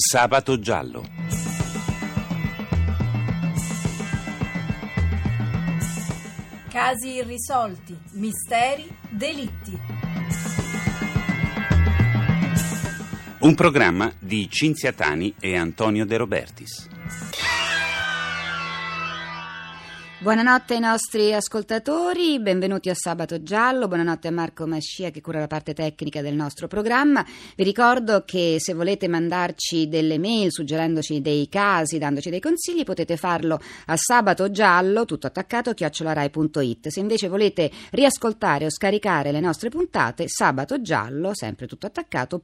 Sabato giallo. Casi irrisolti, misteri, delitti. Un programma di Cinzia Tani e Antonio De Robertis. Buonanotte ai nostri ascoltatori, benvenuti a Sabato Giallo, buonanotte a Marco Mascia che cura la parte tecnica del nostro programma. Vi ricordo che se volete mandarci delle mail suggerendoci dei casi, dandoci dei consigli, potete farlo a sabatogiallo, tutto attaccato, @rai.it. Se invece volete riascoltare o scaricare le nostre puntate, sabatogiallo, sempre tutto attaccato,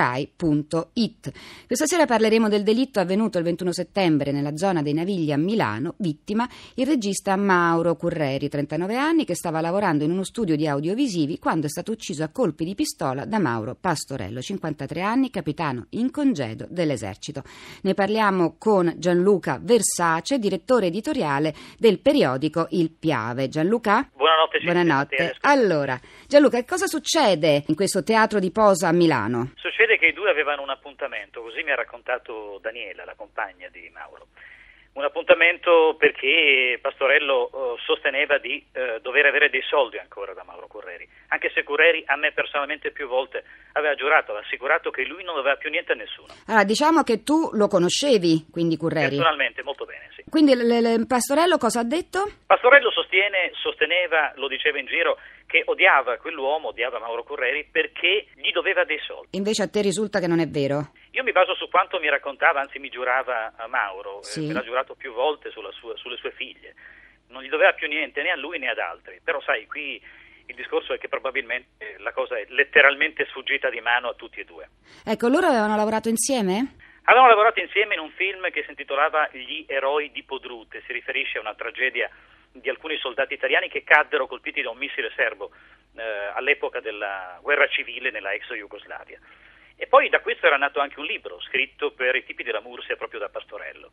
.rai.it. Questa sera parleremo del delitto avvenuto il 21 settembre nella zona dei Navigli a Milano, vittima il regista Mauro Curreri, 39 anni, che stava lavorando in uno studio di audiovisivi quando è stato ucciso a colpi di pistola da Mauro Pastorello, 53 anni, capitano in congedo dell'esercito. Ne parliamo con Gianluca Versace, direttore editoriale del periodico Il Piave. Gianluca? Buonanotte. Buonanotte. Allora, Gianluca, che cosa succede in questo teatro di posa a Milano? Succede che i due avevano un appuntamento, così mi ha raccontato Daniela, la compagna di Mauro. Un appuntamento perché Pastorello sosteneva di dover avere dei soldi ancora da Mauro Curreri, anche se Curreri a me personalmente più volte aveva giurato, aveva assicurato che lui non aveva più niente a nessuno. Allora, diciamo che tu lo conoscevi, quindi Curreri? Personalmente, molto bene, sì. Quindi Pastorello cosa ha detto? Pastorello sosteneva, lo diceva in giro, che odiava quell'uomo, odiava Mauro Curreri perché gli doveva dei soldi. Invece a te risulta che non è vero? Io mi baso su quanto mi raccontava, anzi mi giurava a Mauro, sì. Me l'ha giurato più volte sulle sue figlie. Non gli doveva più niente né a lui né ad altri, però sai, qui il discorso è che probabilmente la cosa è letteralmente sfuggita di mano a tutti e due. Ecco, loro avevano lavorato insieme? Avevano lavorato insieme in un film che si intitolava Gli eroi di Podrute, si riferisce a una tragedia di alcuni soldati italiani che caddero colpiti da un missile serbo all'epoca della guerra civile nella ex Jugoslavia. E poi da questo era nato anche un libro scritto per i tipi della Mursia proprio da Pastorello.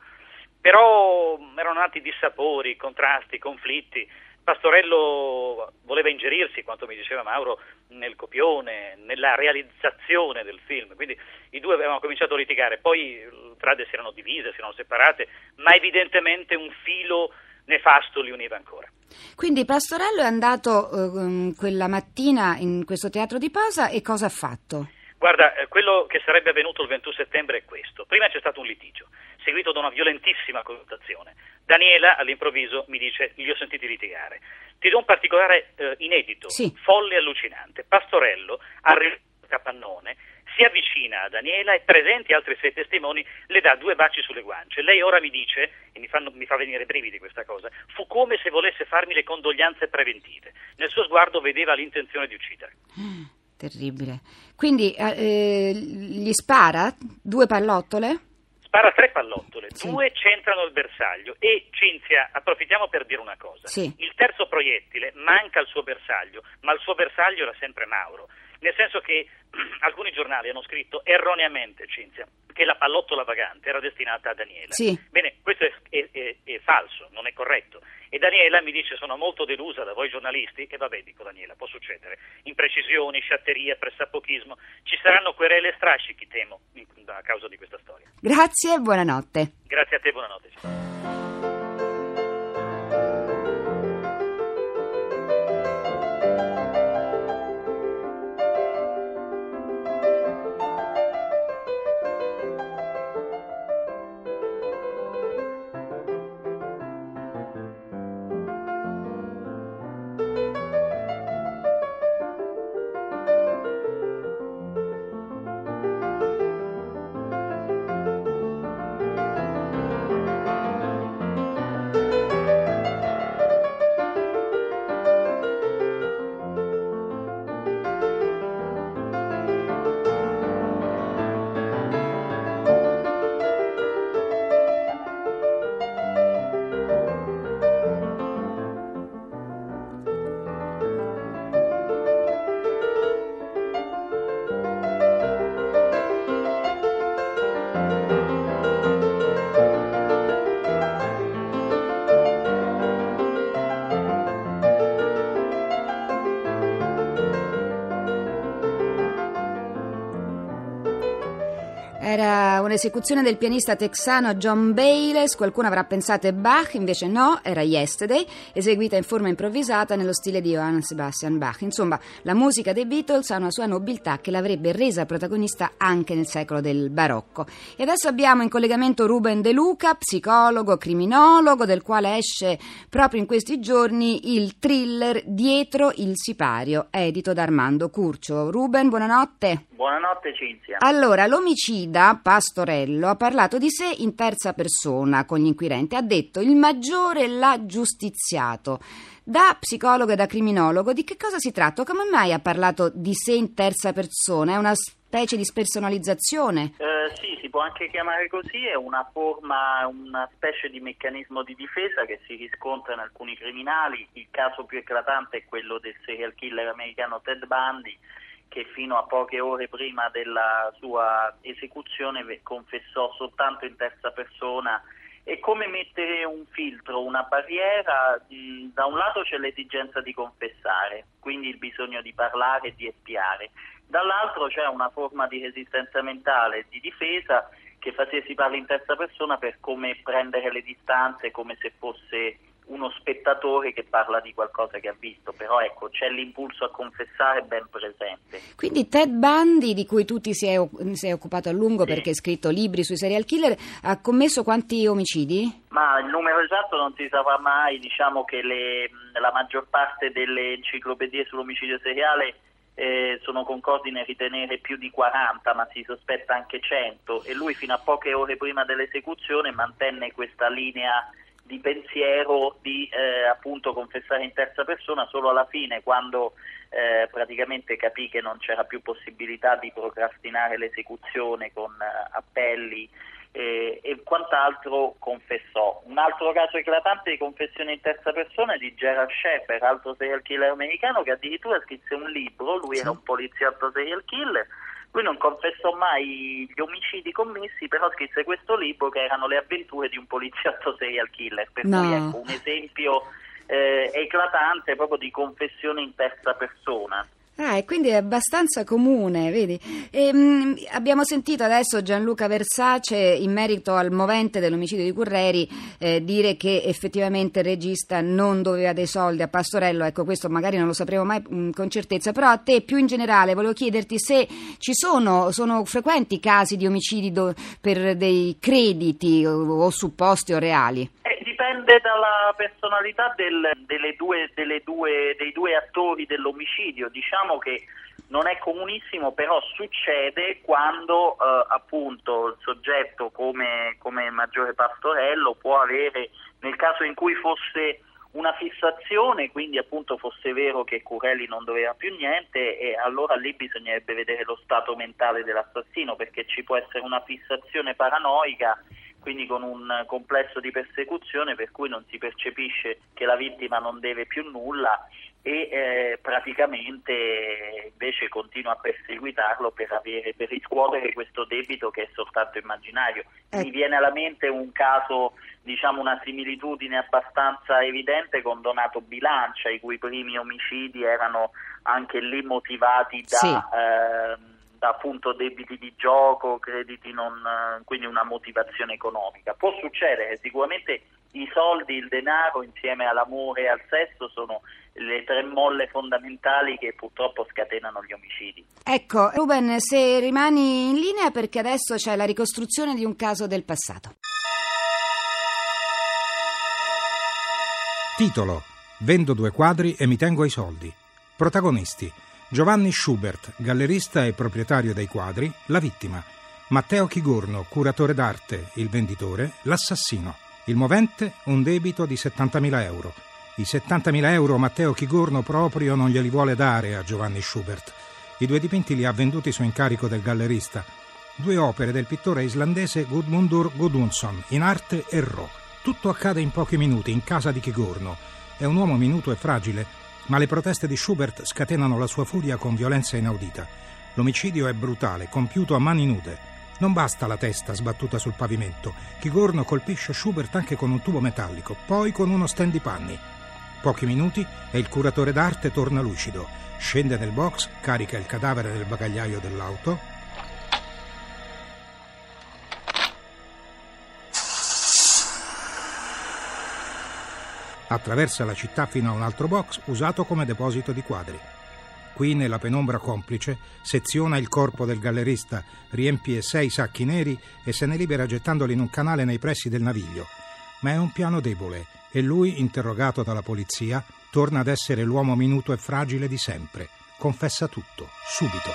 Però erano nati dissapori, contrasti, conflitti. Pastorello voleva ingerirsi, quanto mi diceva Mauro, nel copione, nella realizzazione del film, quindi i due avevano cominciato a litigare, poi le strade si erano divise, si erano separate, ma evidentemente un filo nefasto li univa ancora. Quindi Pastorello è andato quella mattina in questo teatro di posa e cosa ha fatto? Guarda, quello che sarebbe avvenuto il 21 settembre è questo. Prima c'è stato un litigio, seguito da una violentissima confrontazione. Daniela all'improvviso mi dice: li ho sentiti litigare. Ti do un particolare inedito, sì. Folle e allucinante. Pastorello, arriva al capannone, si avvicina a Daniela e, presenti altri 6 testimoni, le dà 2 baci sulle guance. Lei ora mi dice, e mi fa venire brividi questa cosa, fu come se volesse farmi le condoglianze preventive. Nel suo sguardo vedeva l'intenzione di uccidere. Terribile. Quindi gli spara 2 pallottole? Spara 3 pallottole, sì. 2 centrano il bersaglio e, Cinzia, approfittiamo per dire una cosa. Sì. Il terzo proiettile manca al suo bersaglio, ma il suo bersaglio era sempre Mauro. Nel senso che alcuni giornali hanno scritto erroneamente, Cinzia, che la pallottola vagante era destinata a Daniela. Sì. Bene, questo è falso, non è corretto. E Daniela mi dice: sono molto delusa da voi giornalisti. E vabbè, dico, Daniela, può succedere. Imprecisioni, sciatterie, pressapochismo. Ci saranno querele e strascichi, temo, a causa di questa storia. Grazie e buonanotte. Grazie a te, buonanotte. un'esecuzione del pianista texano John Bayles. Qualcuno avrà pensato è Bach, invece no, era Yesterday, eseguita in forma improvvisata nello stile di Johann Sebastian Bach. Insomma, la musica dei Beatles ha una sua nobiltà che l'avrebbe resa protagonista anche nel secolo del barocco. E adesso abbiamo in collegamento Ruben De Luca, psicologo, criminologo, del quale esce proprio in questi giorni il thriller Dietro il sipario, edito da Armando Curcio. Ruben, buonanotte. Buonanotte Cinzia. Allora, l'omicida Pastorello ha parlato di sé in terza persona con gli inquirenti, ha detto: il maggiore l'ha giustiziato. Da psicologo e da criminologo, di che cosa si tratta? Come mai ha parlato di sé in terza persona? È una specie di spersonalizzazione? Sì, si può anche chiamare così, è una forma, una specie di meccanismo di difesa che si riscontra in alcuni criminali. Il caso più eclatante è quello del serial killer americano Ted Bundy, che fino a poche ore prima della sua esecuzione confessò soltanto in terza persona. È come mettere un filtro, una barriera. Da un lato c'è l'esigenza di confessare, quindi il bisogno di parlare e di espiare. Dall'altro c'è una forma di resistenza mentale, di difesa, che fa sì si parla in terza persona per come prendere le distanze, come se fosse uno spettatore che parla di qualcosa che ha visto, però ecco, c'è l'impulso a confessare ben presente. Quindi Ted Bundy, di cui tu ti sei occupato a lungo, sì, perché hai scritto libri sui serial killer, ha commesso quanti omicidi? Ma il numero esatto non si saprà mai, diciamo che la maggior parte delle enciclopedie sull'omicidio seriale sono concordi nel ritenere più di 40, ma si sospetta anche 100, e lui fino a poche ore prima dell'esecuzione mantenne questa linea di pensiero di appunto confessare in terza persona. Solo alla fine, quando praticamente capì che non c'era più possibilità di procrastinare l'esecuzione con appelli e quant'altro, confessò. Un altro caso eclatante di confessione in terza persona è di Gerald Shepard, altro serial killer americano, che addirittura scrisse un libro. Lui era un poliziotto serial killer. Lui non confessò mai gli omicidi commessi, però scrisse questo libro che erano le avventure di un poliziotto serial killer, per cui ecco un esempio eclatante proprio di confessione in terza persona. E quindi è abbastanza comune, vedi? Abbiamo sentito adesso Gianluca Versace, in merito al movente dell'omicidio di Curreri, dire che effettivamente il regista non doveva dei soldi a Pastorello. Ecco, questo magari non lo sapremo mai con certezza, però a te più in generale volevo chiederti se ci sono frequenti casi di omicidi per dei crediti o supposti o reali. Dipende dalla personalità dei due attori dell'omicidio. Diciamo che non è comunissimo, però succede quando appunto il soggetto come il maggiore Pastorello può avere, nel caso in cui fosse una fissazione, quindi appunto fosse vero che Curreri non doveva più niente, e allora lì bisognerebbe vedere lo stato mentale dell'assassino, perché ci può essere una fissazione paranoica, quindi con un complesso di persecuzione per cui non si percepisce che la vittima non deve più nulla e praticamente invece continua a perseguitarlo per riscuotere questo debito che è soltanto immaginario. Mi viene alla mente un caso, diciamo una similitudine abbastanza evidente con Donato Bilancia, i cui primi omicidi erano anche lì motivati da appunto debiti di gioco, crediti quindi una motivazione economica. Può succedere, sicuramente i soldi, il denaro insieme all'amore e al sesso sono le tre molle fondamentali che purtroppo scatenano gli omicidi. Ecco, Ruben, se rimani in linea, perché adesso c'è la ricostruzione di un caso del passato. Titolo: Vendo 2 quadri e mi tengo ai soldi. Protagonisti: Giovanni Schubert, gallerista e proprietario dei quadri, la vittima; Matteo Chigorno, curatore d'arte, il venditore, l'assassino. Il movente, un debito di 70.000 euro. I 70.000 euro Matteo Chigorno proprio non glieli vuole dare a Giovanni Schubert. I 2 dipinti li ha venduti su incarico del gallerista. 2 opere del pittore islandese Gudmundur Gudmundsson, in arte e RAW. Tutto accade in pochi minuti in casa di Chigorno. È un uomo minuto e fragile, ma le proteste di Schubert scatenano la sua furia con violenza inaudita. L'omicidio è brutale, compiuto a mani nude. Non basta la testa sbattuta sul pavimento. Chigorno colpisce Schubert anche con un tubo metallico, poi con uno stendipanni. Pochi minuti e il curatore d'arte torna lucido. Scende nel box, carica il cadavere nel bagagliaio dell'auto Attraversa la città fino a un altro box usato come deposito di quadri. Qui, nella penombra complice, seziona il corpo del gallerista, riempie 6 sacchi neri e se ne libera gettandoli in un canale nei pressi del naviglio. Ma è un piano debole e lui, interrogato dalla polizia, torna ad essere l'uomo minuto e fragile di sempre. Confessa tutto, subito.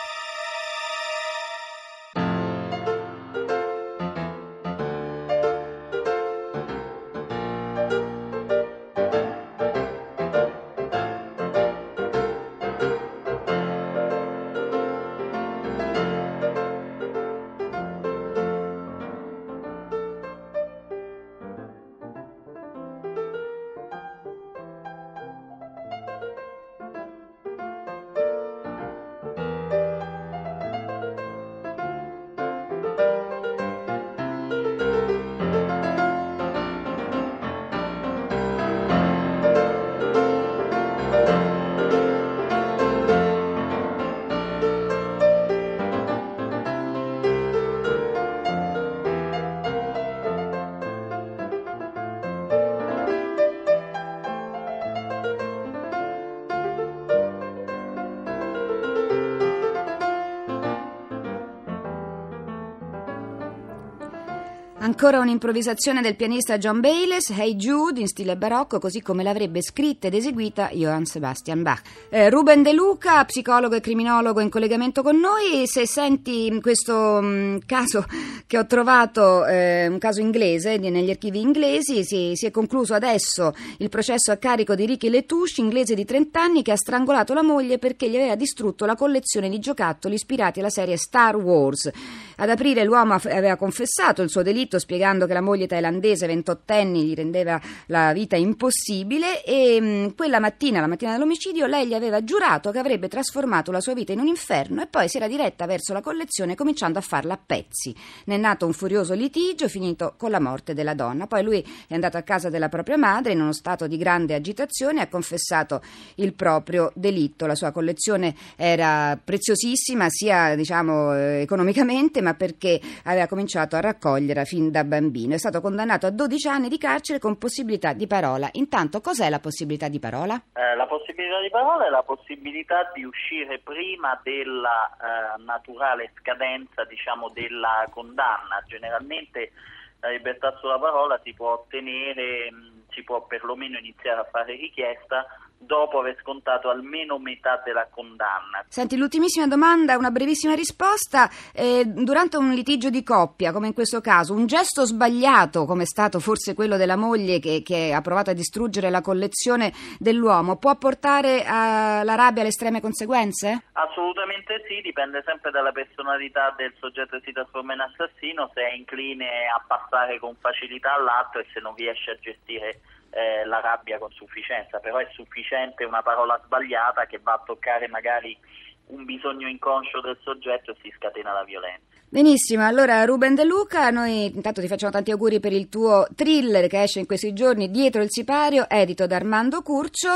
Ancora un'improvvisazione del pianista John Bayliss, Hey Jude, in stile barocco, così come l'avrebbe scritta ed eseguita Johann Sebastian Bach. Ruben De Luca, psicologo e criminologo in collegamento con noi. Se senti questo caso che ho trovato, un caso inglese, negli archivi inglesi, si è concluso adesso il processo a carico di Ricky Letouche, inglese di 30 anni, che ha strangolato la moglie perché gli aveva distrutto la collezione di giocattoli ispirati alla serie Star Wars. Ad aprile l'uomo aveva confessato il suo delitto, spiegando che la moglie thailandese 28enne gli rendeva la vita impossibile e quella mattina, la mattina dell'omicidio, lei gli aveva giurato che avrebbe trasformato la sua vita in un inferno e poi si era diretta verso la collezione cominciando a farla a pezzi. Ne è nato un furioso litigio finito con la morte della donna. Poi lui è andato a casa della propria madre in uno stato di grande agitazione e ha confessato il proprio delitto. La sua collezione era preziosissima sia economicamente, ma perché aveva cominciato a raccogliere fin da bambino. È stato condannato a 12 anni di carcere con possibilità di parola. Intanto, cos'è la possibilità di parola? La possibilità di parola è la possibilità di uscire prima della naturale scadenza, della condanna. Generalmente la libertà sulla parola si può ottenere, si può perlomeno iniziare a fare richiesta dopo aver scontato almeno metà della condanna. Senti, l'ultimissima domanda, una brevissima risposta. Durante un litigio di coppia, come in questo caso, un gesto sbagliato, come è stato forse quello della moglie che ha provato a distruggere la collezione dell'uomo, può portare alla rabbia alle estreme conseguenze? Assolutamente sì, dipende sempre dalla personalità del soggetto che si trasforma in assassino, se è incline a passare con facilità all'atto e se non riesce a gestire la rabbia con sufficienza. Però è sufficiente una parola sbagliata che va a toccare magari un bisogno inconscio del soggetto e si scatena la violenza. Benissimo, allora Ruben De Luca, noi intanto ti facciamo tanti auguri per il tuo thriller che esce in questi giorni, Dietro il sipario, edito da Armando Curcio,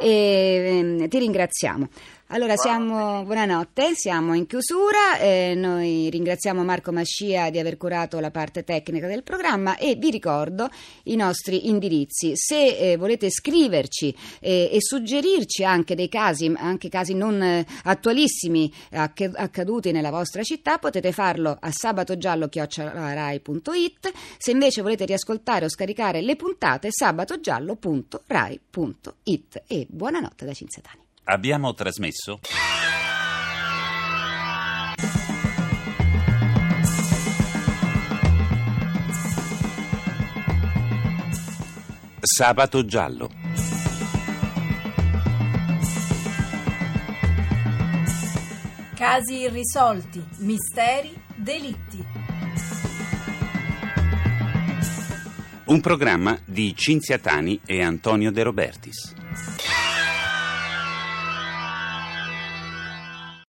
e ti ringraziamo. Allora buonanotte, siamo in chiusura, noi ringraziamo Marco Mascia di aver curato la parte tecnica del programma e vi ricordo i nostri indirizzi. Se volete scriverci e suggerirci anche dei casi, anche casi non attualissimi accaduti nella vostra città, potete farlo a sabatogiallo@rai.it. Se invece volete riascoltare o scaricare le puntate, sabatogiallo.rai.it. E buonanotte da Cinzia Tani. Abbiamo trasmesso Sabato Giallo. Casi irrisolti, misteri, delitti. Un programma di Cinzia Tani e Antonio De Robertis.